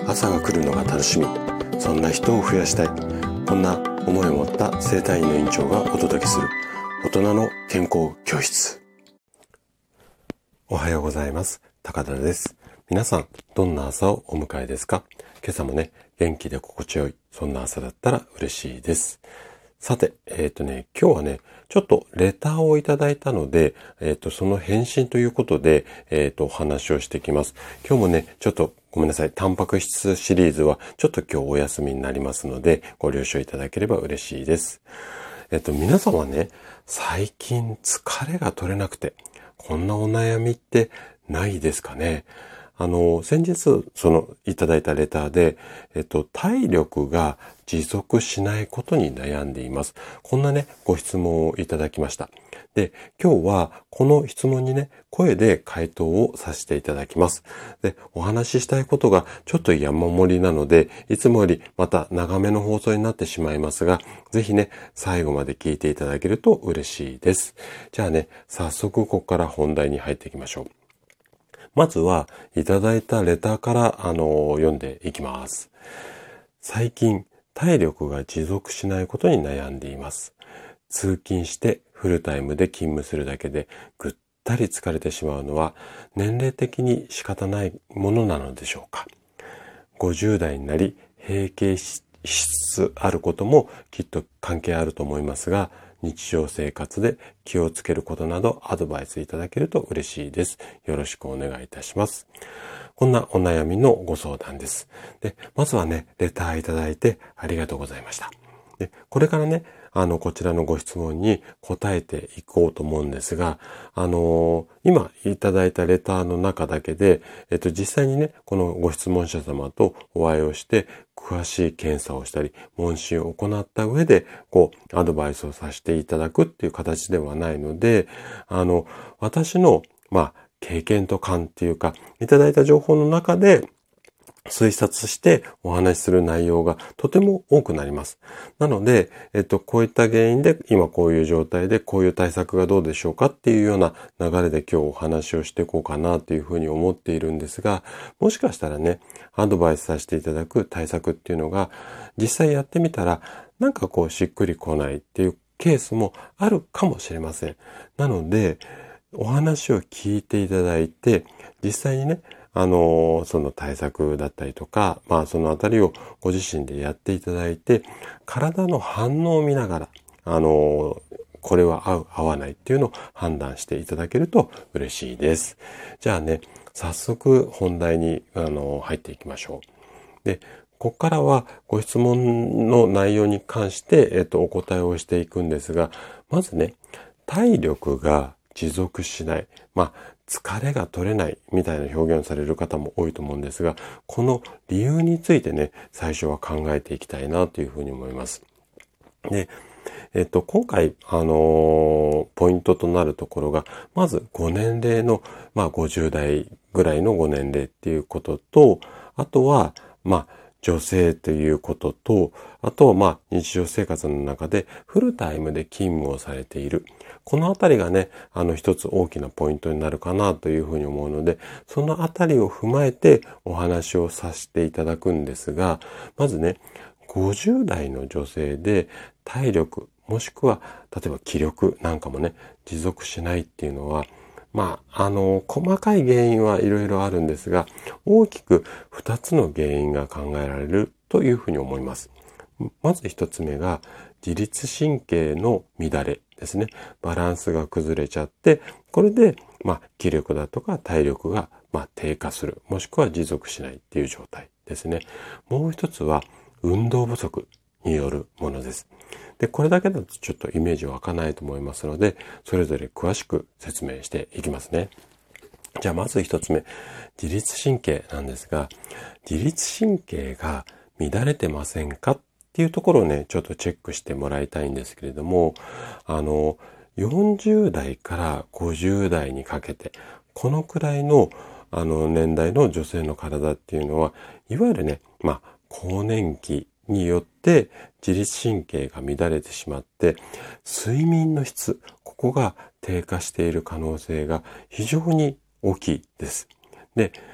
朝が来るのが楽しみ、そんな人を増やしたい、こんな思いを持った整体院の院長がお届けする大人の健康教室。おはようございます。高田です。皆さんどんな朝をお迎えですか？今朝もね、元気で心地よい、そんな朝だったら嬉しいです。さて、今日はね、ちょっとレターをいただいたので、その返信ということで、お話をしてきます。今日もね、ちょっとごめんなさい。タンパク質シリーズはちょっと今日お休みになりますので、ご了承いただければ嬉しいです。皆さんはね、最近疲れが取れなくて、こんなお悩みってないですかね？先日、いただいたレターで、体力が持続しないことに悩んでいます。こんなね、ご質問をいただきました。で、今日はこの質問にね、声で回答をさせていただきます。で、お話ししたいことがちょっと山盛りなので、いつもよりまた長めの放送になってしまいますが、ぜひね、最後まで聞いていただけると嬉しいです。じゃあね、早速ここから本題に入っていきましょう。まずはいただいたレターから読んでいきます。最近体力が持続しないことに悩んでいます。通勤してフルタイムで勤務するだけでぐったり疲れてしまうのは年齢的に仕方ないものなのでしょうか。50代になり閉経しつつあることもきっと関係あると思いますが、日常生活で気をつけることなどアドバイスいただけると嬉しいです。よろしくお願いいたします。こんなお悩みのご相談です。で、まずはね、レターいただいてありがとうございました。で、これからね、こちらのご質問に答えていこうと思うんですが、今いただいたレターの中だけで、実際にね、このご質問者様とお会いをして、詳しい検査をしたり、問診を行った上で、アドバイスをさせていただくっていう形ではないので、私の、経験と感っていうか、いただいた情報の中で、推察してお話しする内容がとても多くなります。なので、こういった原因で今こういう状態でこういう対策がどうでしょうかっていうような流れで今日お話をしていこうかなというふうに思っているんですが、もしかしたらね、アドバイスさせていただく対策っていうのが実際やってみたらなんかしっくりこないっていうケースもあるかもしれません。なので、お話を聞いていただいて、実際にね、その対策だったりとか、そのあたりをご自身でやっていただいて、体の反応を見ながら、これは合う、合わないっていうのを判断していただけると嬉しいです。じゃあね、早速本題に、入っていきましょう。で、ここからはご質問の内容に関して、お答えをしていくんですが、まずね、体力が持続しない。疲れが取れないみたいな表現をされる方も多いと思うんですが、この理由についてね、最初は考えていきたいなというふうに思います。で、今回、ポイントとなるところが、まずご年齢の、50代ぐらいのご年齢っていうことと、あとは、女性ということと、あとは日常生活の中でフルタイムで勤務をされている。このあたりがね、一つ大きなポイントになるかなというふうに思うので、そのあたりを踏まえてお話をさせていただくんですが、まずね、50代の女性で体力、もしくは例えば気力なんかもね、持続しないっていうのは、細かい原因はいろいろあるんですが、大きく2つの原因が考えられるというふうに思います。まず1つ目が自律神経の乱れですね。バランスが崩れちゃって、これで気力だとか体力が低下する、もしくは持続しないっていう状態ですね。もう一つは運動不足によるものです。で、これだけだとちょっとイメージ湧かないと思いますので、それぞれ詳しく説明していきますね。じゃあまず一つ目、自律神経なんですが、自律神経が乱れてませんかっていうところをね、ちょっとチェックしてもらいたいんですけれども、40代から50代にかけて、このくらいの年代の女性の体っていうのは、いわゆるね、更年期によって自律神経が乱れてしまって、睡眠の質、ここが低下している可能性が非常に大きいです。で、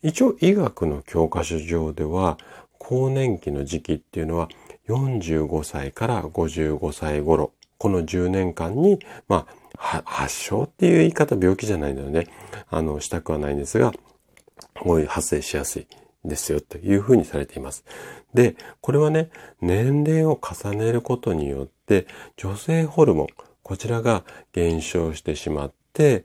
一応医学の教科書上では、更年期の時期っていうのは45歳から55歳頃、この10年間に、発症っていう言い方、病気じゃないのでね、したくはないんですが、こういう発生しやすいですよというふうにされています。で、これはね、年齢を重ねることによって、女性ホルモン、こちらが減少してしまって、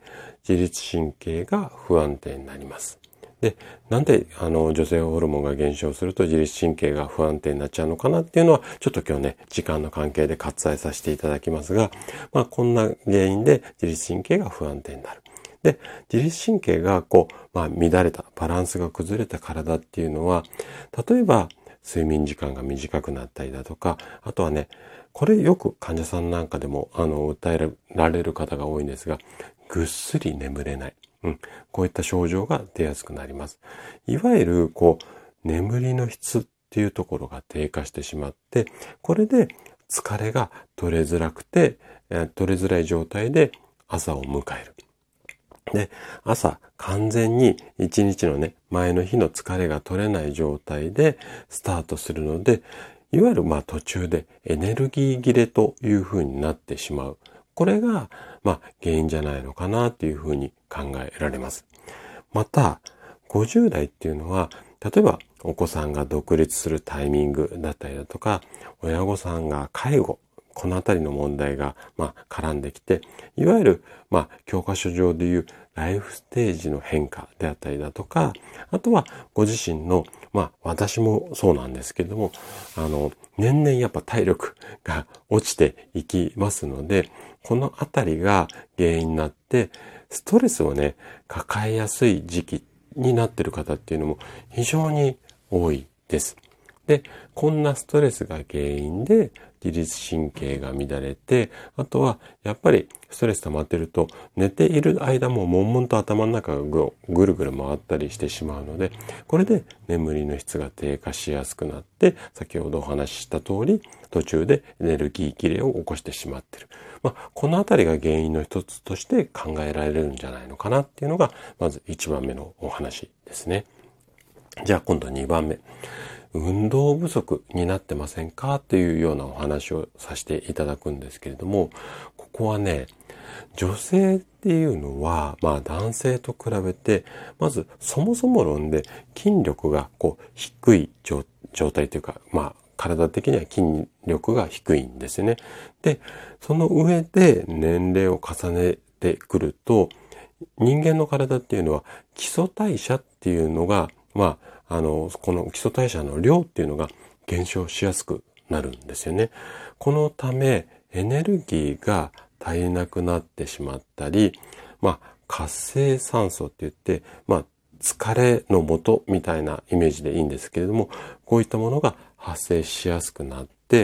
自律神経が不安定になります。で、なんで女性ホルモンが減少すると自律神経が不安定になっちゃうのかなっていうのは、ちょっと今日ね、時間の関係で割愛させていただきますが、こんな原因で自律神経が不安定になる。で、自律神経が乱れた、バランスが崩れた体っていうのは、例えば睡眠時間が短くなったりだとか、あとはね、これよく患者さんなんかでも訴えられる方が多いんですが、ぐっすり眠れない。こういった症状が出やすくなります。いわゆる眠りの質っていうところが低下してしまって、これで疲れが取れづらくて、取れづらい状態で朝を迎える。で、朝完全に一日のね、前の日の疲れが取れない状態でスタートするので、いわゆる途中でエネルギー切れという風になってしまう。これが原因じゃないのかなという風に考えられます。また、50代っていうのは、例えばお子さんが独立するタイミングだったりだとか、親御さんが介護、このあたりの問題が絡んできて、いわゆる教科書上でいうライフステージの変化であったりだとか、あとはご自身の私もそうなんですけれども、年々やっぱ体力が落ちていきますので、このあたりが原因になってストレスをね抱えやすい時期になっている方っていうのも非常に多いです。で、こんなストレスが原因で自律神経が乱れて、あとはやっぱりストレス溜まってると寝ている間も悶々と頭の中がぐるぐる回ったりしてしまうので、これで眠りの質が低下しやすくなって、先ほどお話しした通り途中でエネルギー切れを起こしてしまっている。このあたりが原因の一つとして考えられるんじゃないのかなっていうのがまず1番目のお話ですね。じゃあ今度2番目。運動不足になってませんかというようなお話をさせていただくんですけれども、ここはね、女性っていうのは、男性と比べて、まずそもそも論で筋力が低い状態というか、体的には筋力が低いんですよね。で、その上で年齢を重ねてくると、人間の体っていうのは基礎代謝っていうのが、この基礎代謝の量っていうのが減少しやすくなるんですよね。このためエネルギーが足りなくなってしまったり、活性酸素って言って、疲れの元みたいなイメージでいいんですけれども、こういったものが発生しやすくなって、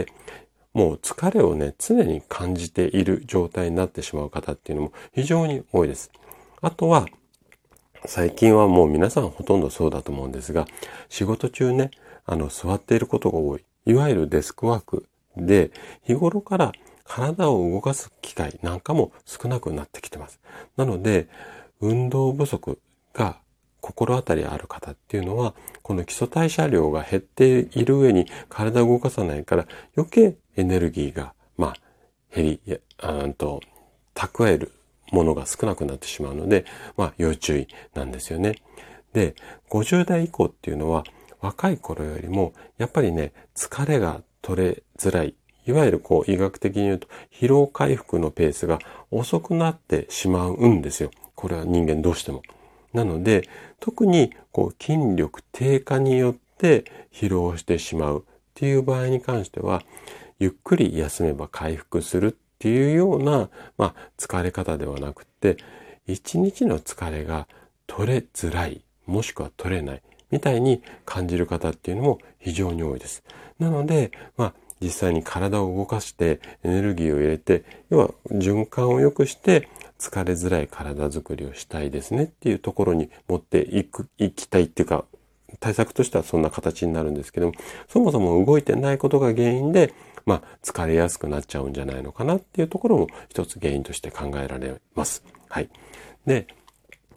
もう疲れをね、常に感じている状態になってしまう方っていうのも非常に多いです。あとは、最近はもう皆さんほとんどそうだと思うんですが、仕事中ね、座っていることが多い。いわゆるデスクワークで、日頃から体を動かす機会なんかも少なくなってきてます。なので、運動不足が心当たりある方っていうのは、この基礎代謝量が減っている上に体を動かさないから余計エネルギーが、減り、蓄えるものが少なくなってしまうので、要注意なんですよね。で、50代以降っていうのは若い頃よりもやっぱりね、疲れが取れづらい。いわゆる医学的に言うと疲労回復のペースが遅くなってしまうんですよ。これは人間どうしても。なので、特に筋力低下によって疲労してしまうっていう場合に関しては、ゆっくり休めば回復するっていうような、疲れ方ではなくて、一日の疲れが取れづらい、もしくは取れないみたいに感じる方っていうのも非常に多いです。なので、実際に体を動かしてエネルギーを入れて、要は循環を良くして疲れづらい体づくりをしたいですねっていうところに持っていきたいっていうか、対策としてはそんな形になるんですけども、そもそも動いてないことが原因で、疲れやすくなっちゃうんじゃないのかなっていうところも一つ原因として考えられます。はい。で、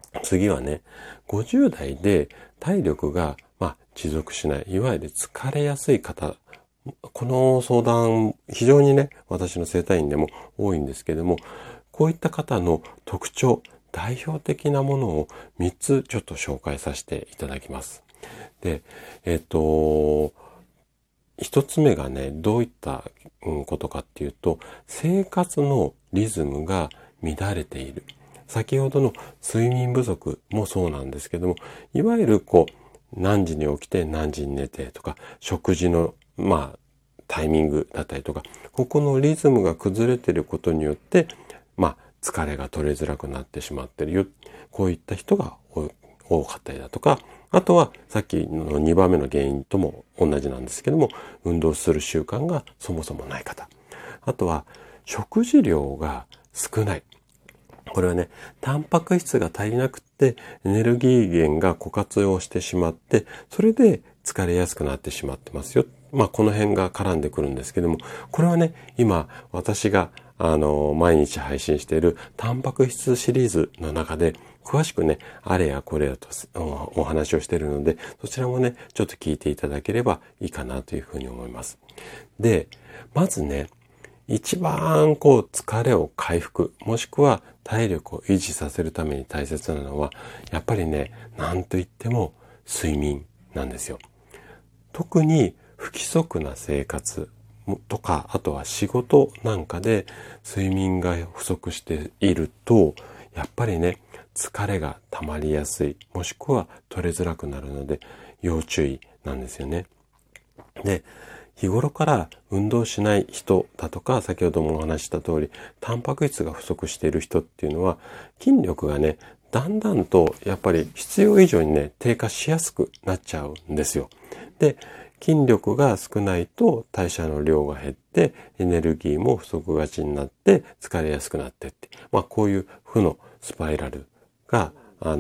次はね、50代で体力が持続しない、いわゆる疲れやすい方、この相談、非常にね、私の整体院でも多いんですけども、こういった方の特徴、代表的なものを3つちょっと紹介させていただきます。で、1つ目がね、どういったことかっていうと、生活のリズムが乱れている。先ほどの睡眠不足もそうなんですけども、いわゆる何時に起きて何時に寝てとか、食事のタイミングだったりとか、ここのリズムが崩れていることによって、疲れが取れづらくなってしまってるよ。こういった人が多かったりだとか、あとはさっきの2番目の原因とも同じなんですけども、運動する習慣がそもそもない方。あとは食事量が少ない。これはね、タンパク質が足りなくってエネルギー源が枯渇をしてしまって、それで疲れやすくなってしまってますよ。この辺が絡んでくるんですけども、これはね、今私が毎日配信しているタンパク質シリーズの中で詳しくね、あれやこれやとお話をしているので、そちらもね、ちょっと聞いていただければいいかなというふうに思います。で、まずね、一番疲れを回復、もしくは体力を維持させるために大切なのは、やっぱりね、なんといっても睡眠なんですよ。特に不規則な生活とか、あとは仕事なんかで睡眠が不足していると、やっぱりね、疲れが溜まりやすい、もしくは取れづらくなるので、要注意なんですよね。で、日頃から運動しない人だとか、先ほどもお話した通り、タンパク質が不足している人っていうのは、筋力がね、だんだんとやっぱり必要以上にね、低下しやすくなっちゃうんですよ。で、筋力が少ないと代謝の量が減って、エネルギーも不足がちになって疲れやすくなってって、こういう負のスパイラルが、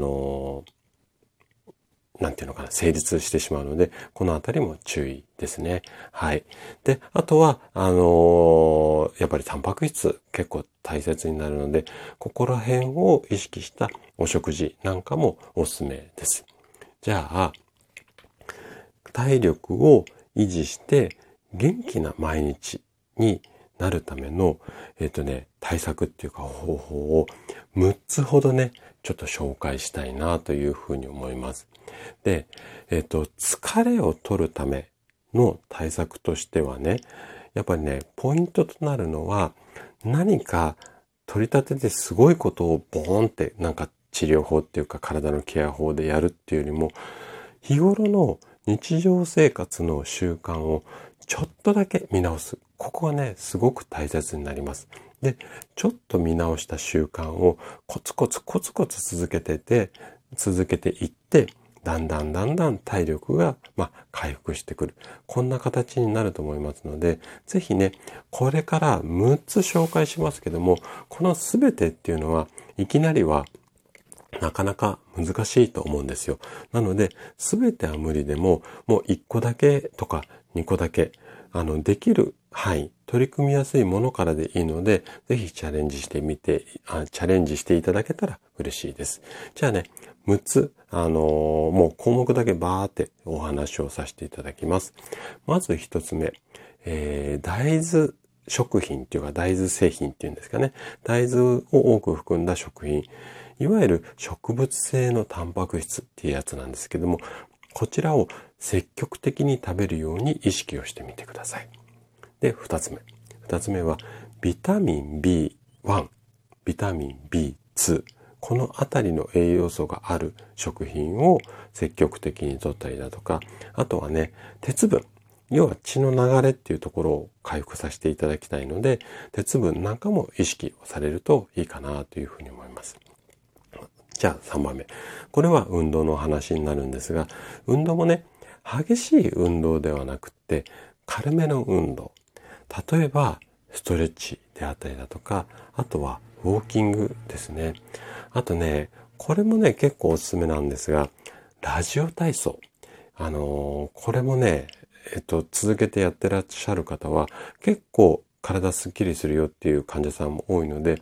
成立してしまうので、このあたりも注意ですね。はい。で、あとは、やっぱりタンパク質結構大切になるので、ここら辺を意識したお食事なんかもおすすめです。じゃあ、体力を維持して元気な毎日になるための、対策っていうか方法を6つほどね、ちょっと紹介したいなというふうに思います。で、疲れを取るための対策としてはね、やっぱりね、ポイントとなるのは、何か取り立ててすごいことをボーンって治療法っていうか体のケア法でやるっていうよりも、日頃の日常生活の習慣をちょっとだけ見直す。ここがね、すごく大切になります。で、ちょっと見直した習慣をコツコツ続けていって、だんだん体力が回復してくる。こんな形になると思いますので、ぜひね、これから6つ紹介しますけども、この全てっていうのはいきなりはなかなか難しいと思うんですよ。なので、すべては無理でも、もう1個だけとか2個だけ、できる範囲、取り組みやすいものからでいいので、ぜひチャレンジしていただけたら嬉しいです。じゃあね、6つ、もう項目だけバーってお話をさせていただきます。まず1つ目、大豆食品っていうか大豆製品っていうんですかね。大豆を多く含んだ食品。いわゆる植物性のタンパク質っていうやつなんですけども、こちらを積極的に食べるように意識をしてみてください。で、二つ目はビタミン B1、ビタミン B2、このあたりの栄養素がある食品を積極的に摂ったりだとか、あとはね、鉄分、要は血の流れっていうところを回復させていただきたいので、鉄分なんかも意識をされるといいかなというふうに思います。じゃあ3番目。これは運動の話になるんですが、運動もね、激しい運動ではなくって、軽めの運動。例えば、ストレッチであったりだとか、あとはウォーキングですね。あとね、これもね、結構おすすめなんですが、ラジオ体操。これもね、続けてやってらっしゃる方は、結構体スッキリするよっていう患者さんも多いので、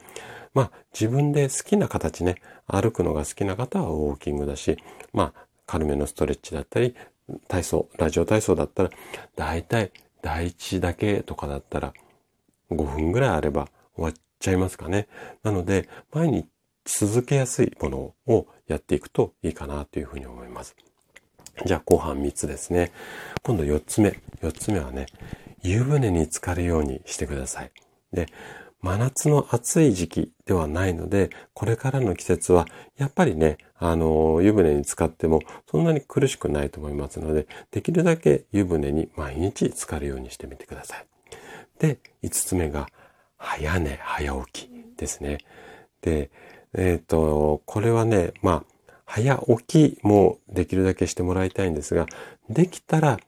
自分で好きな形ね、歩くのが好きな方はウォーキングだし、軽めのストレッチだったり、ラジオ体操だったら、だいたい第一だけとかだったら、5分ぐらいあれば終わっちゃいますかね。なので、毎日続けやすいものをやっていくといいかなというふうに思います。じゃあ後半3つですね。今度4つ目。4つ目はね、湯船に浸かるようにしてください。で、真夏の暑い時期ではないので、これからの季節は、やっぱりね、湯船に浸かってもそんなに苦しくないと思いますので、できるだけ湯船に毎日浸かるようにしてみてください。で、5つ目が、早寝早起きですね。で、これはね、早起きもできるだけしてもらいたいんですが、できたら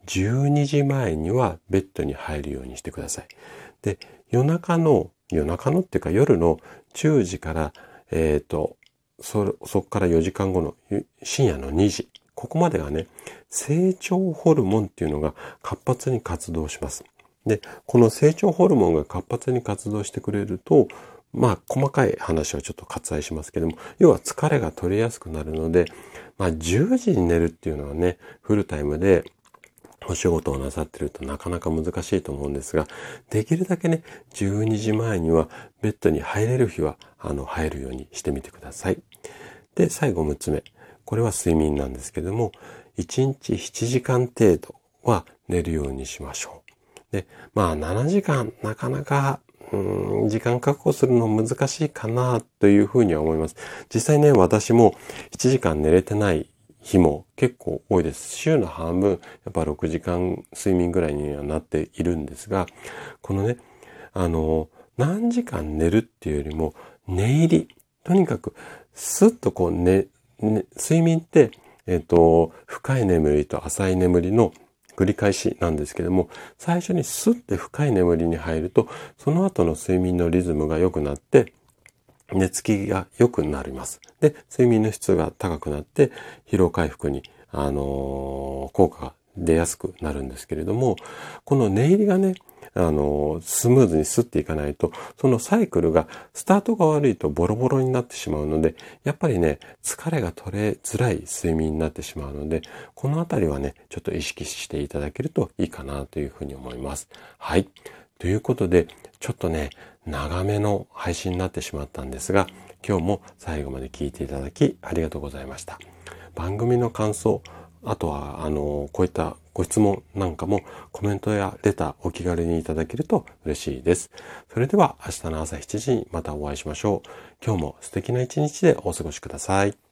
12時前にはベッドに入るようにしてください。で、夜中のっていうか夜の10時から、そこから4時間後の深夜の2時。ここまでがね、成長ホルモンっていうのが活発に活動します。で、この成長ホルモンが活発に活動してくれると、細かい話はちょっと割愛しますけども、要は疲れが取れやすくなるので、10時に寝るっていうのはね、フルタイムでお仕事をなさっているとなかなか難しいと思うんですが、できるだけね、12時前にはベッドに入れる日は、入るようにしてみてください。で、最後6つ目。これは睡眠なんですけども、1日7時間程度は寝るようにしましょう。で、7時間、なかなか、時間確保するの難しいかなというふうには思います。実際ね、私も7時間寝れてない日も結構多いです。週の半分、やっぱ6時間睡眠ぐらいにはなっているんですが、このね、何時間寝るっていうよりも、寝入り。とにかく、スッと睡眠って、深い眠りと浅い眠りの繰り返しなんですけども、最初にスッて深い眠りに入ると、その後の睡眠のリズムが良くなって、寝つきが良くなります。で、睡眠の質が高くなって、疲労回復に、効果が出やすくなるんですけれども、この寝入りがね、スムーズにスッていかないと、そのサイクルが、スタートが悪いとボロボロになってしまうので、やっぱりね、疲れが取れづらい睡眠になってしまうので、このあたりはね、ちょっと意識していただけるといいかなというふうに思います。はい。ということで、ちょっとね、長めの配信になってしまったんですが、今日も最後まで聞いていただきありがとうございました。番組の感想、あとは、こういったご質問なんかもコメントやレターお気軽にいただけると嬉しいです。それでは明日の朝7時にまたお会いしましょう。今日も素敵な一日でお過ごしください。